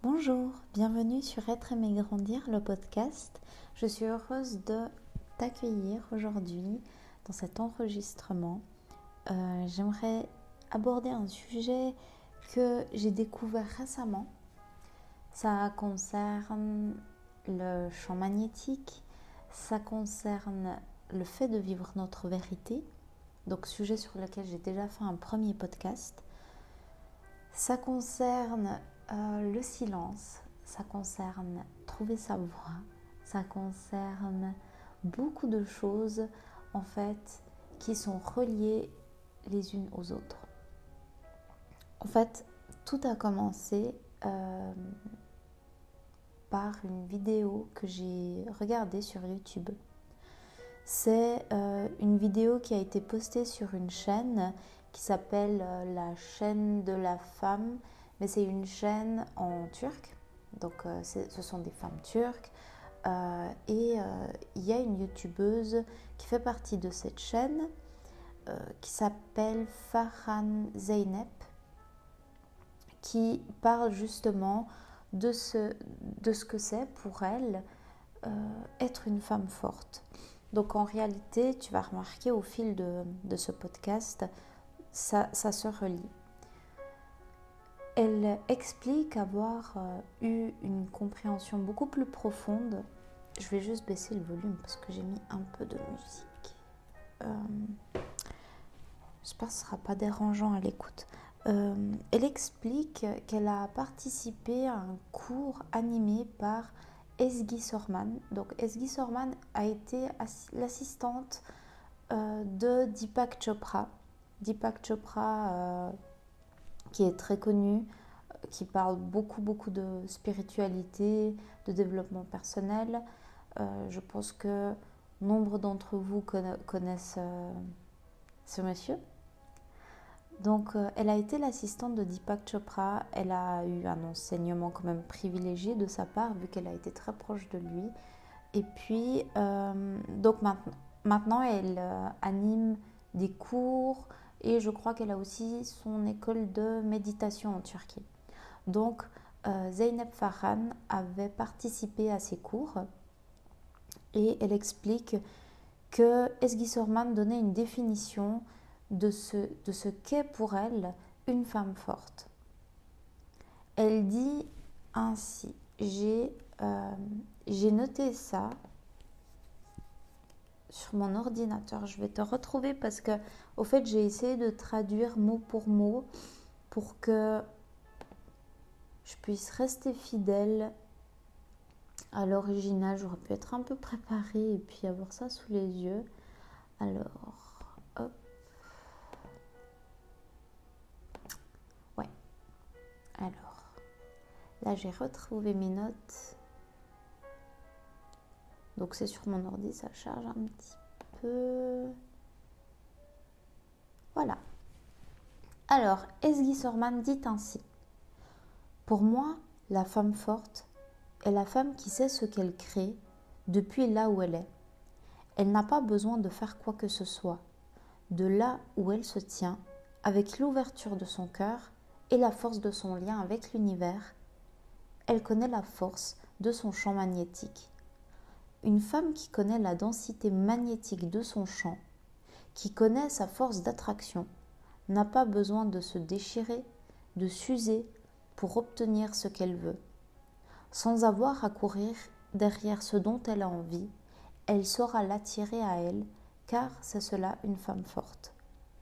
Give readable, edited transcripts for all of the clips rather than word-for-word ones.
Bonjour, bienvenue sur Être aimer grandir, le podcast. Je suis heureuse de t'accueillir aujourd'hui dans cet enregistrement. J'aimerais aborder un sujet que j'ai découvert récemment. Ça concerne le champ magnétique, ça concerne le fait de vivre notre vérité, donc sujet sur lequel j'ai déjà fait un premier podcast. Ça concerne le silence, ça concerne trouver sa voix, ça concerne beaucoup de choses en fait qui sont reliées les unes aux autres. En fait, tout a commencé par une vidéo que j'ai regardée sur YouTube. C'est une vidéo qui a été postée sur une chaîne qui s'appelle la chaîne de la femme, mais c'est une chaîne en turc, donc ce sont des femmes turques, et il y a une youtubeuse qui fait partie de cette chaîne qui s'appelle Farhan Zeynep, qui parle justement de ce que c'est pour elle être une femme forte. Donc en réalité, tu vas remarquer au fil de ce podcast, ça se relie. Elle explique avoir eu une compréhension beaucoup plus profonde. Je vais juste baisser le volume parce que j'ai mis un peu de musique. J'espère que ce ne sera pas dérangeant à l'écoute. Elle explique qu'elle a participé à un cours animé par Ezgi Sorman. Donc Ezgi Sorman a été l'assistante de Deepak Chopra. Deepak Chopra qui est très connu, qui parle beaucoup de spiritualité, de développement personnel. Je pense que nombre d'entre vous connaissent ce monsieur. Donc, elle a été l'assistante de Deepak Chopra. Elle a eu un enseignement quand même privilégié de sa part, vu qu'elle a été très proche de lui. Et puis, donc maintenant, elle anime des cours et je crois qu'elle a aussi son école de méditation en Turquie. Donc, Zeynep Farhan avait participé à ces cours et elle explique que Ezgi Sorman donnait une définition de ce qu'est pour elle une femme forte. Elle dit ainsi, j'ai noté ça sur mon ordinateur, je vais te retrouver parce que au fait j'ai essayé de traduire mot pour mot pour que je puisse rester fidèle à l'original. J'aurais pu être un peu préparée et puis avoir ça sous les yeux. Alors, hop. Ouais. Alors, là j'ai retrouvé mes notes. Donc c'est sur mon ordi, ça charge un petit peu. Voilà. Alors, Ezgi Sorman dit ainsi. Pour moi, la femme forte est la femme qui sait ce qu'elle crée depuis là où elle est. Elle n'a pas besoin de faire quoi que ce soit. De là où elle se tient, avec l'ouverture de son cœur et la force de son lien avec l'univers, elle connaît la force de son champ magnétique. Une femme qui connaît la densité magnétique de son champ, qui connaît sa force d'attraction, n'a pas besoin de se déchirer, de s'user pour obtenir ce qu'elle veut. Sans avoir à courir derrière ce dont elle a envie, elle saura l'attirer à elle, car c'est cela une femme forte.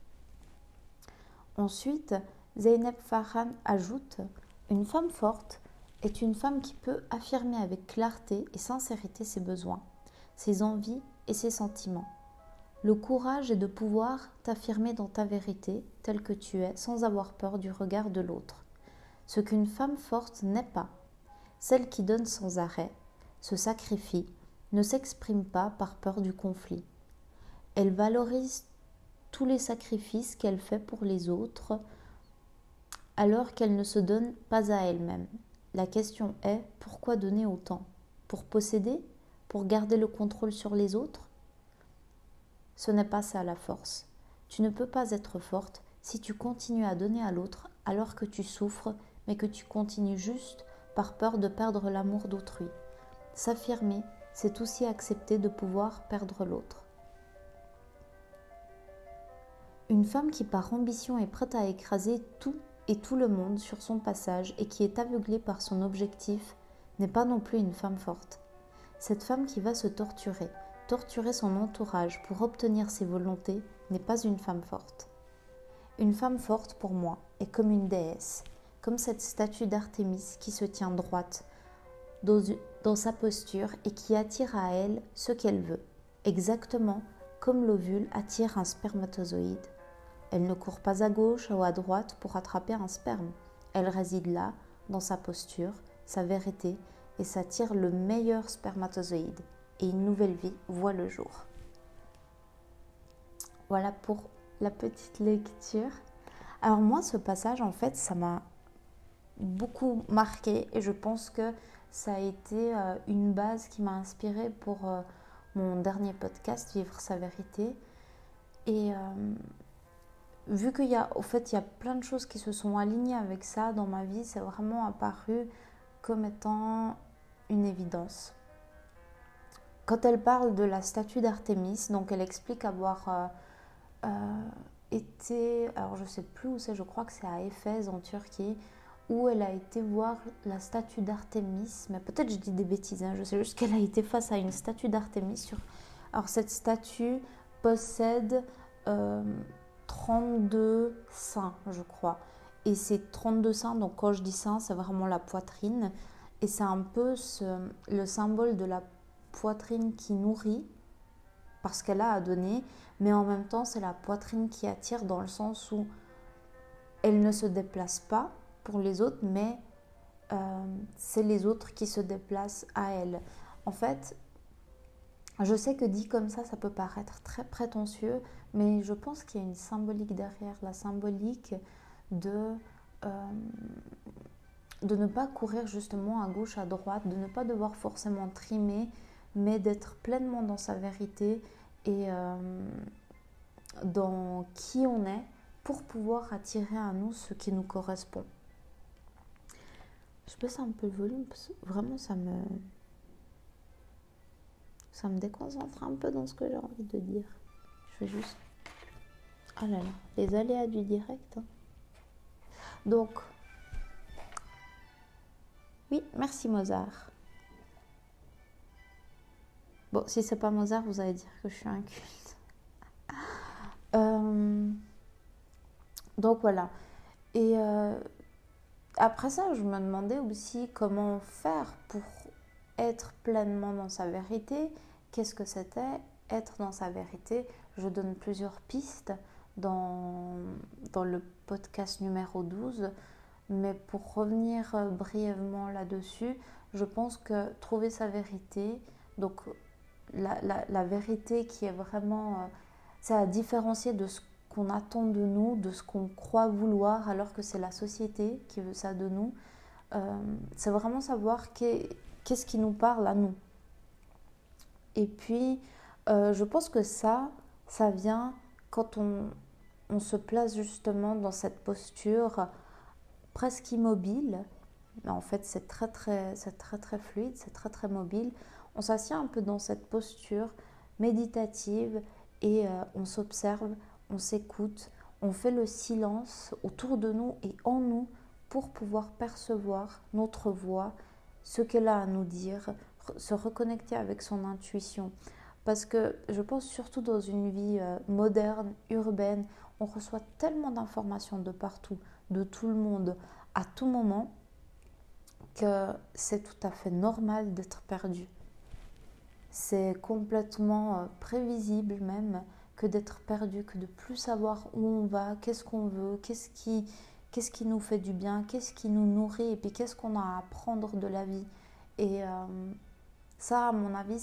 Ensuite, Zeynep Farhan ajoute « Une femme forte est une femme qui peut affirmer avec clarté et sincérité ses besoins, ses envies et ses sentiments. Le courage est de pouvoir t'affirmer dans ta vérité telle que tu es sans avoir peur du regard de l'autre. Ce qu'une femme forte n'est pas, celle qui donne sans arrêt, se sacrifie, ne s'exprime pas par peur du conflit. Elle valorise tous les sacrifices qu'elle fait pour les autres alors qu'elle ne se donne pas à elle-même. La question est, pourquoi donner autant? Pour posséder? Pour garder le contrôle sur les autres? Ce n'est pas ça la force. Tu ne peux pas être forte si tu continues à donner à l'autre alors que tu souffres, mais que tu continues juste par peur de perdre l'amour d'autrui. S'affirmer, c'est aussi accepter de pouvoir perdre l'autre. Une femme qui par ambition est prête à écraser tout et tout le monde sur son passage et qui est aveuglée par son objectif n'est pas non plus une femme forte. Cette femme qui va se torturer son entourage pour obtenir ses volontés n'est pas une femme forte. Une femme forte pour moi est comme une déesse, comme cette statue d'Artémis qui se tient droite dans sa posture et qui attire à elle ce qu'elle veut, exactement comme l'ovule attire un spermatozoïde. Elle ne court pas à gauche ou à droite pour attraper un sperme. Elle réside là, dans sa posture, sa vérité, et s'attire le meilleur spermatozoïde. Et une nouvelle vie voit le jour. Voilà pour la petite lecture. Alors moi, ce passage, en fait, ça m'a beaucoup marqué et je pense que ça a été une base qui m'a inspirée pour mon dernier podcast, Vivre sa vérité. Et vu qu'il y a, au fait, il y a plein de choses qui se sont alignées avec ça dans ma vie, c'est vraiment apparu comme étant une évidence. Quand elle parle de la statue d'Artémis, donc elle explique avoir été, alors je ne sais plus où c'est, je crois que c'est à Éphèse en Turquie, où elle a été voir la statue d'Artémis, mais peut-être je dis des bêtises, je sais juste qu'elle a été face à une statue d'Artémis. Alors cette statue possède 32 seins, je crois. Et ces 32 seins, donc quand je dis seins, c'est vraiment la poitrine. Et c'est un peu le symbole de la poitrine qui nourrit, parce qu'elle a à donner, mais en même temps, c'est la poitrine qui attire dans le sens où elle ne se déplace pas pour les autres, mais c'est les autres qui se déplacent à elle. En fait, je sais que dit comme ça peut paraître très prétentieux, mais je pense qu'il y a une symbolique derrière, la symbolique de ne pas courir justement à gauche, à droite, de ne pas devoir forcément trimer, mais d'être pleinement dans sa vérité et dans qui on est pour pouvoir attirer à nous ce qui nous correspond. Je baisse un peu le volume parce que vraiment ça me déconcentre un peu dans ce que j'ai envie de dire. Je vais juste... Ah là là, les aléas du direct. Donc, oui, merci Mozart. Bon, si c'est pas Mozart, vous allez dire que je suis inculte. Donc voilà. Et après ça, je me demandais aussi comment faire pour être pleinement dans sa vérité. Qu'est-ce que c'était être dans sa vérité? Je donne plusieurs pistes dans le podcast numéro 12. Mais pour revenir brièvement là-dessus, je pense que trouver sa vérité, donc la vérité qui est vraiment, c'est à différencier de ce qu'on attend de nous, de ce qu'on croit vouloir, alors que c'est la société qui veut ça de nous. C'est vraiment savoir qu'est-ce qui nous parle à nous. Et puis, je pense que ça vient quand on se place justement dans cette posture presque immobile, mais en fait c'est très fluide, c'est très mobile. On s'assied un peu dans cette posture méditative et on s'observe, on s'écoute, on fait le silence autour de nous et en nous pour pouvoir percevoir notre voix, ce qu'elle a à nous dire, se reconnecter avec son intuition. Parce que je pense surtout dans une vie moderne, urbaine, on reçoit tellement d'informations de partout, de tout le monde, à tout moment, que c'est tout à fait normal d'être perdu. C'est complètement prévisible même que d'être perdu, que de plus savoir où on va, qu'est-ce qu'on veut, qu'est-ce qui nous fait du bien, qu'est-ce qui nous nourrit et puis qu'est-ce qu'on a à apprendre de la vie. Et ça, à mon avis,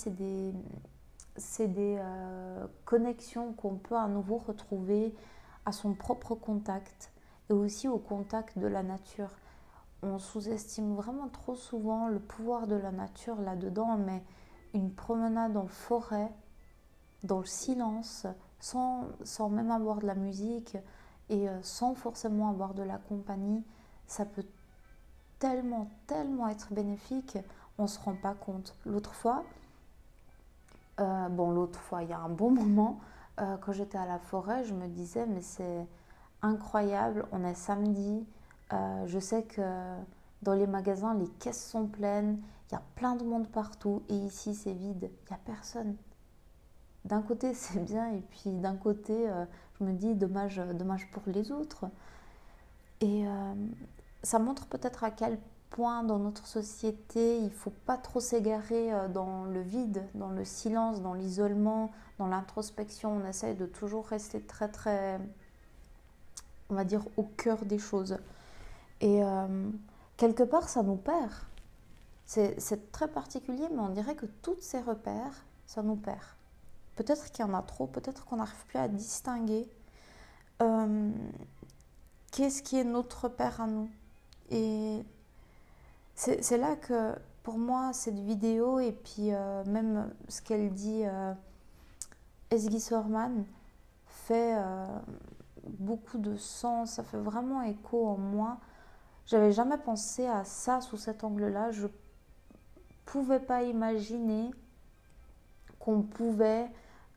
c'est des connexions qu'on peut à nouveau retrouver à son propre contact et aussi au contact de la nature. On sous-estime vraiment trop souvent le pouvoir de la nature là-dedans, mais une promenade en forêt, dans le silence, sans même avoir de la musique et sans forcément avoir de la compagnie, ça peut tellement, tellement être bénéfique, on ne se rend pas compte. L'autre fois, il y a un bon moment, quand j'étais à la forêt, je me disais, mais c'est incroyable, on est samedi, je sais que dans les magasins, les caisses sont pleines, il y a plein de monde partout, et ici c'est vide, il n'y a personne. D'un côté c'est bien, et puis d'un côté je me dis dommage, dommage pour les autres. Et ça montre peut-être à quel point dans notre société il ne faut pas trop s'égarer dans le vide, dans le silence, dans l'isolement, dans l'introspection. On essaye de toujours rester très très, on va dire, au cœur des choses. Et quelque part ça nous perd. C'est très particulier, mais on dirait que tous ces repères, ça nous perd. Peut-être qu'il y en a trop, peut-être qu'on n'arrive plus à distinguer qu'est-ce qui est notre repère à nous. Et c'est là que, pour moi, cette vidéo, et puis même ce qu'elle dit, Ezgi Sorman, fait beaucoup de sens, ça fait vraiment écho en moi. J'avais jamais pensé à ça sous cet angle-là. Je pouvais pas imaginer qu'on pouvait,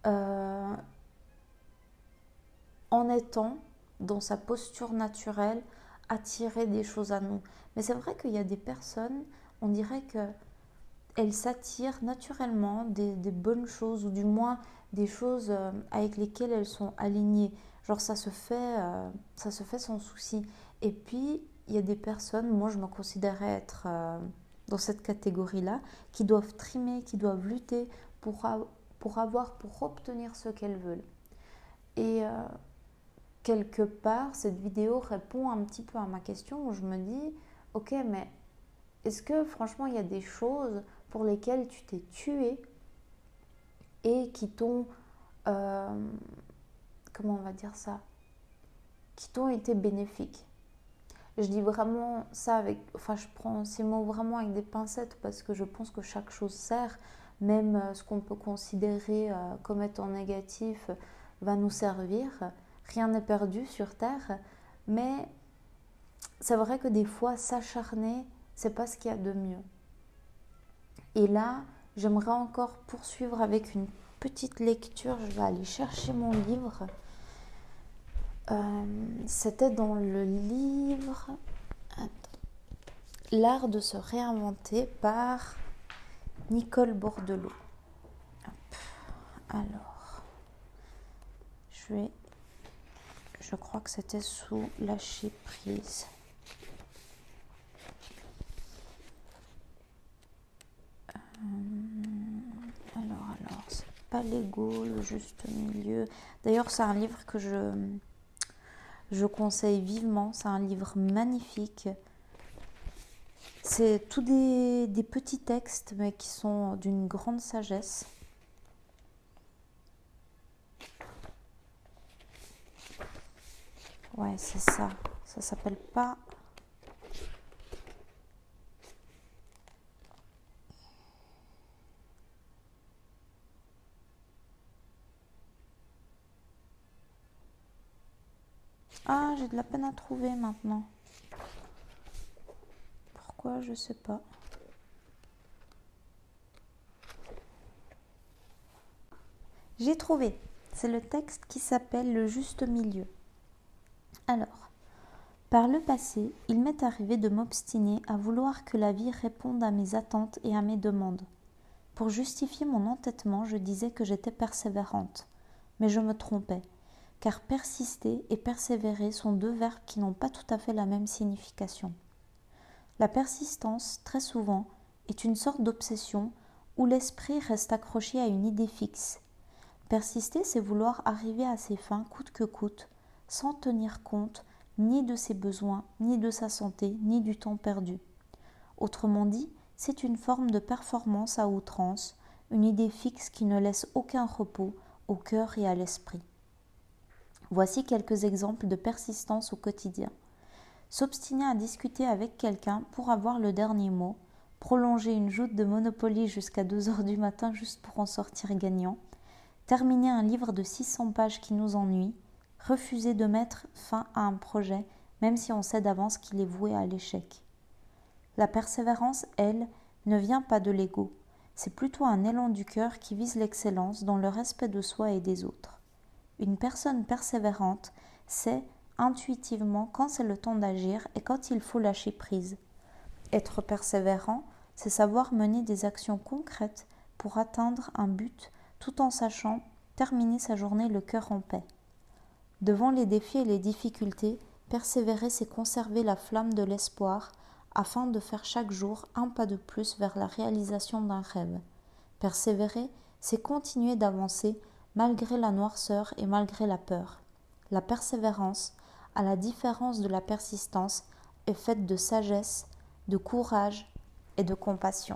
en étant dans sa posture naturelle, attirer des choses à nous. Mais c'est vrai qu'il y a des personnes, on dirait qu'elles s'attirent naturellement des bonnes choses, ou du moins des choses avec lesquelles elles sont alignées. Genre ça se fait sans souci. Et puis il y a des personnes, moi je me considérais être dans cette catégorie-là, qui doivent trimer, qui doivent lutter pour obtenir ce qu'elles veulent. Et quelque part, cette vidéo répond un petit peu à ma question, où je me dis, ok, mais est-ce que franchement il y a des choses pour lesquelles tu t'es tué et qui t'ont, comment on va dire ça, qui t'ont été bénéfiques? Je dis vraiment ça je prends ces mots vraiment avec des pincettes, parce que je pense que chaque chose sert, même ce qu'on peut considérer comme étant négatif va nous servir. Rien n'est perdu sur Terre, mais c'est vrai que des fois, s'acharner, c'est pas ce qu'il y a de mieux. Et là, j'aimerais encore poursuivre avec une petite lecture. Je vais aller chercher mon livre. C'était dans le livre L'art de se réinventer par Nicole Bordelot. Alors, je crois que c'était sous lâcher prise. Alors, c'est pas l'ego, le juste milieu. D'ailleurs, c'est un livre que je conseille vivement. C'est un livre magnifique. C'est tous des petits textes, mais qui sont d'une grande sagesse. Ouais, c'est ça. Ça s'appelle pas... Ah, j'ai de la peine à trouver maintenant. Pourquoi, je sais pas. J'ai trouvé. C'est le texte qui s'appelle Le juste milieu. Alors, par le passé, il m'est arrivé de m'obstiner à vouloir que la vie réponde à mes attentes et à mes demandes. Pour justifier mon entêtement, je disais que j'étais persévérante. Mais je me trompais, car persister et persévérer sont deux verbes qui n'ont pas tout à fait la même signification. La persistance, très souvent, est une sorte d'obsession où l'esprit reste accroché à une idée fixe. Persister, c'est vouloir arriver à ses fins coûte que coûte, sans tenir compte ni de ses besoins, ni de sa santé, ni du temps perdu. Autrement dit, c'est une forme de performance à outrance, une idée fixe qui ne laisse aucun repos au cœur et à l'esprit. Voici quelques exemples de persistance au quotidien. S'obstiner à discuter avec quelqu'un pour avoir le dernier mot, prolonger une joute de Monopoly jusqu'à 2h du matin juste pour en sortir gagnant, terminer un livre de 600 pages qui nous ennuie, refuser de mettre fin à un projet même si on sait d'avance qu'il est voué à l'échec. La persévérance, elle, ne vient pas de l'ego. C'est plutôt un élan du cœur qui vise l'excellence dans le respect de soi et des autres. Une personne persévérante sait intuitivement quand c'est le temps d'agir et quand il faut lâcher prise. Être persévérant, c'est savoir mener des actions concrètes pour atteindre un but tout en sachant terminer sa journée le cœur en paix. Devant les défis et les difficultés, persévérer, c'est conserver la flamme de l'espoir afin de faire chaque jour un pas de plus vers la réalisation d'un rêve. Persévérer, c'est continuer d'avancer malgré la noirceur et malgré la peur. La persévérance, à la différence de la persistance, est faite de sagesse, de courage et de compassion.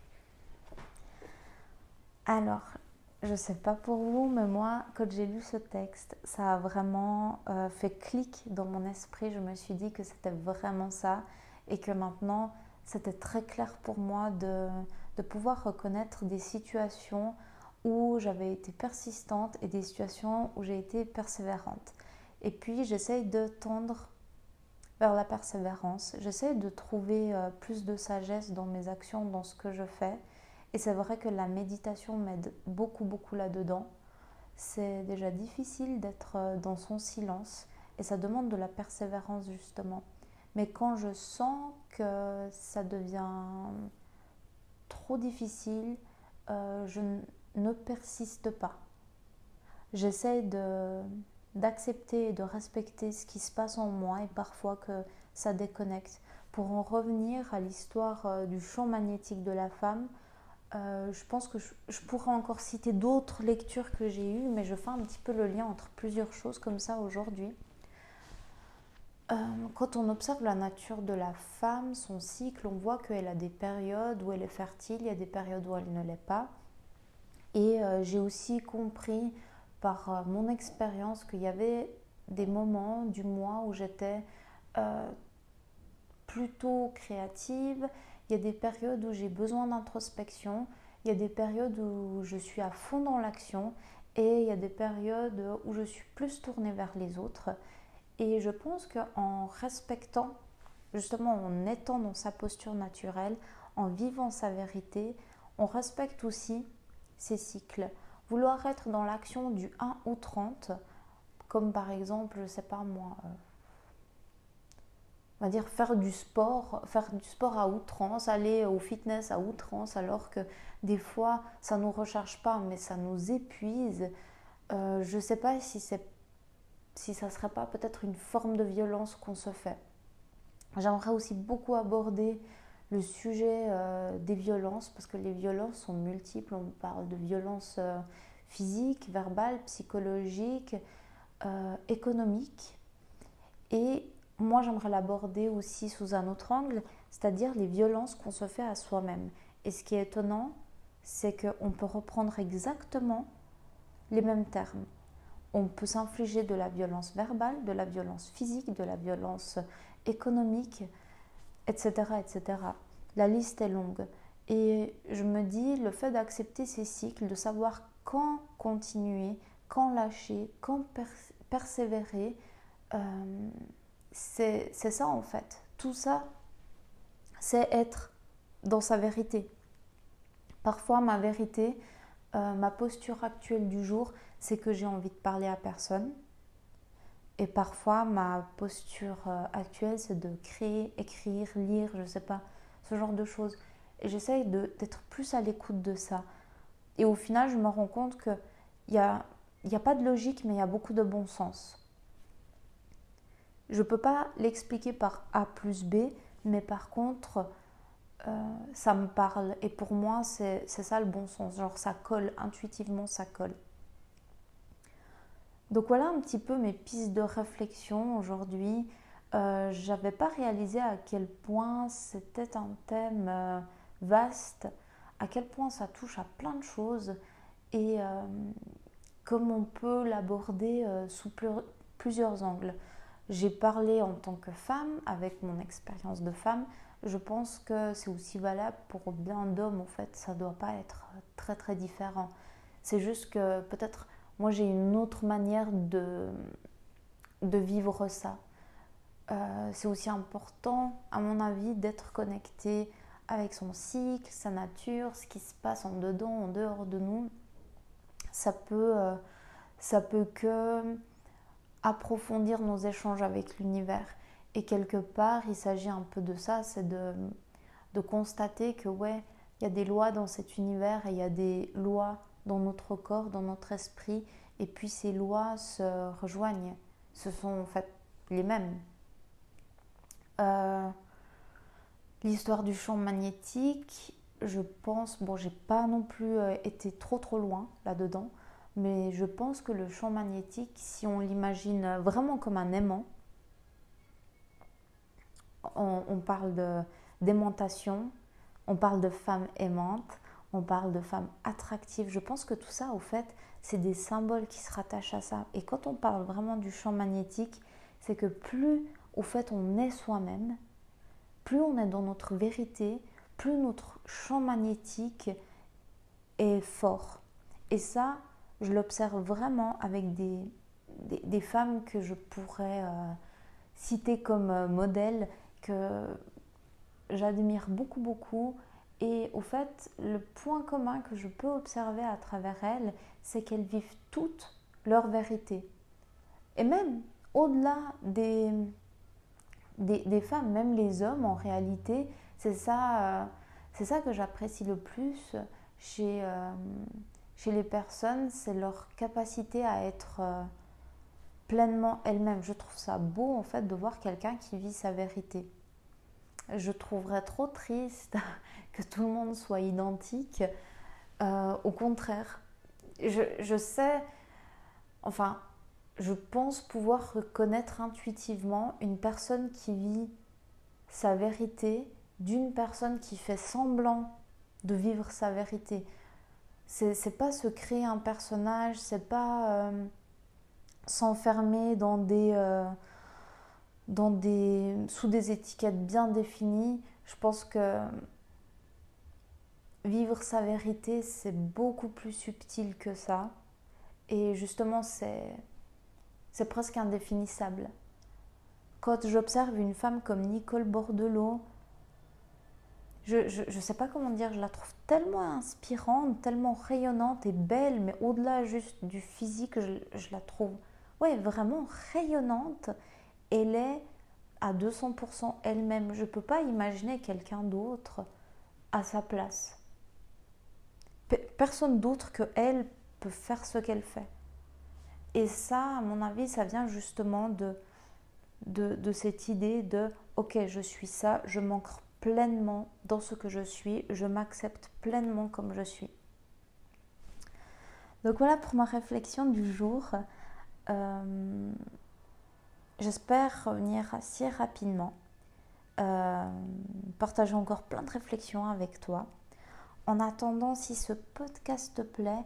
Alors, je ne sais pas pour vous, mais moi, quand j'ai lu ce texte, ça a vraiment fait clic dans mon esprit. Je me suis dit que c'était vraiment ça et que maintenant, c'était très clair pour moi de pouvoir reconnaître des situations où j'avais été persistante et des situations où j'ai été persévérante. Et puis, j'essaye de tendre vers la persévérance. J'essaye de trouver plus de sagesse dans mes actions, dans ce que je fais. Et c'est vrai que la méditation m'aide beaucoup là-dedans. C'est déjà difficile d'être dans son silence et ça demande de la persévérance justement. Mais quand je sens que ça devient trop difficile, je ne persiste pas. J'essaie d'accepter et de respecter ce qui se passe en moi et parfois que ça déconnecte. Pour en revenir à l'histoire du champ magnétique de la femme, je pense que je pourrais encore citer d'autres lectures que j'ai eues, mais je fais un petit peu le lien entre plusieurs choses comme ça aujourd'hui. Quand on observe la nature de la femme, son cycle, on voit qu'elle a des périodes où elle est fertile, il y a des périodes où elle ne l'est pas. Et j'ai aussi compris par mon expérience qu'il y avait des moments du mois où j'étais plutôt créative. Il y a des périodes où j'ai besoin d'introspection, il y a des périodes où je suis à fond dans l'action et il y a des périodes où je suis plus tournée vers les autres. Et je pense qu'en respectant, justement en étant dans sa posture naturelle, en vivant sa vérité, on respecte aussi ses cycles. Vouloir être dans l'action du 1 au 30, comme par exemple, je ne sais pas moi, on va dire faire du sport à outrance, aller au fitness à outrance, alors que des fois ça ne nous recharge pas, mais ça nous épuise. Je ne sais pas si ça ne serait pas peut-être une forme de violence qu'on se fait. J'aimerais aussi beaucoup aborder le sujet des violences, parce que les violences sont multiples. On parle de violences physiques, verbales, psychologiques, économiques. Et moi, j'aimerais l'aborder aussi sous un autre angle, c'est-à-dire les violences qu'on se fait à soi-même. Et ce qui est étonnant, c'est qu'on peut reprendre exactement les mêmes termes. On peut s'infliger de la violence verbale, de la violence physique, de la violence économique, etc., etc. La liste est longue. Et je me dis, le fait d'accepter ces cycles, de savoir quand continuer, quand lâcher, quand persévérer, c'est ça en fait. Tout ça, c'est être dans sa vérité. Parfois, ma vérité, ma posture actuelle du jour, c'est que j'ai envie de parler à personne. Et parfois, ma posture actuelle, c'est de créer, écrire, lire, je ne sais pas, ce genre de choses. Et j'essaye d'être plus à l'écoute de ça. Et au final, je me rends compte qu'il n'y a pas de logique, mais il y a beaucoup de bon sens. Je ne peux pas l'expliquer par A plus B, mais par contre, ça me parle. Et pour moi, c'est ça le bon sens. Genre, ça colle, intuitivement, ça colle. Donc voilà un petit peu mes pistes de réflexion aujourd'hui. Je n'avais pas réalisé à quel point c'était un thème vaste, à quel point ça touche à plein de choses et comme on peut l'aborder sous plusieurs angles. J'ai parlé en tant que femme, avec mon expérience de femme. Je pense que c'est aussi valable pour plein d'hommes, en fait. Ça ne doit pas être très très différent. C'est juste que peut-être moi j'ai une autre manière de vivre ça. c'est aussi important, à mon avis, d'être connecté avec son cycle, sa nature, ce qui se passe en dedans, en dehors de nous. Ça peut que approfondir nos échanges avec l'univers. Et quelque part, il s'agit un peu de ça, c'est de constater que ouais, il y a des lois dans cet univers et il y a des lois dans notre corps, dans notre esprit, et puis ces lois se rejoignent. Ce sont en fait les mêmes. L'histoire du champ magnétique, je pense, bon, j'ai pas non plus été trop loin là-dedans, mais je pense que le champ magnétique, si on l'imagine vraiment comme un aimant, on parle d'aimantation, on parle de femmes aimantes, on parle de femmes attractives. Je pense que tout ça, au fait, c'est des symboles qui se rattachent à ça. Et quand on parle vraiment du champ magnétique, c'est que plus, au fait, on est soi-même, plus on est dans notre vérité, plus notre champ magnétique est fort. Et ça, je l'observe vraiment avec des femmes que je pourrais citer comme modèles, que j'admire beaucoup. Et au fait, le point commun que je peux observer à travers elles, c'est qu'elles vivent toutes leur vérité. Et même au-delà des femmes, même les hommes en réalité, c'est ça que j'apprécie le plus chez les personnes, c'est leur capacité à être pleinement elles-mêmes. Je trouve ça beau en fait de voir quelqu'un qui vit sa vérité. Je trouverais trop triste que tout le monde soit identique. Au contraire, je sais, enfin, je pense pouvoir reconnaître intuitivement une personne qui vit sa vérité d'une personne qui fait semblant de vivre sa vérité. C'est pas se créer un personnage, c'est pas s'enfermer sous des étiquettes bien définies. Je pense que vivre sa vérité, c'est beaucoup plus subtil que ça. Et justement, c'est presque indéfinissable. Quand j'observe une femme comme Nicole Bordelot, je sais pas comment dire, je la trouve tellement inspirante, tellement rayonnante et belle, mais au-delà juste du physique, je la trouve vraiment rayonnante. Elle est à 200% elle-même. Je peux pas imaginer quelqu'un d'autre à sa place. Personne d'autre que elle peut faire ce qu'elle fait. Et ça, à mon avis, ça vient justement de cette idée de ok, je suis ça, je m'ancre pleinement dans ce que je suis, je m'accepte pleinement comme je suis. Donc voilà pour ma réflexion du jour. J'espère revenir assez rapidement, partager encore plein de réflexions avec toi. En attendant, si ce podcast te plaît,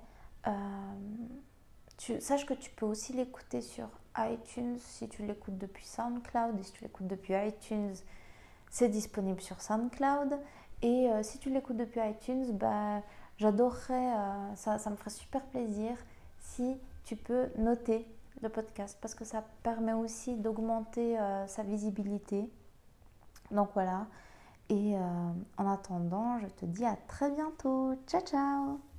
sache que tu peux aussi l'écouter sur iTunes si tu l'écoutes depuis SoundCloud, et si tu l'écoutes depuis iTunes, c'est disponible sur SoundCloud. Et si tu l'écoutes depuis iTunes, j'adorerais, ça me ferait super plaisir si tu peux noter le podcast parce que ça permet aussi d'augmenter sa visibilité. Donc voilà. Et en attendant, je te dis à très bientôt. Ciao ciao.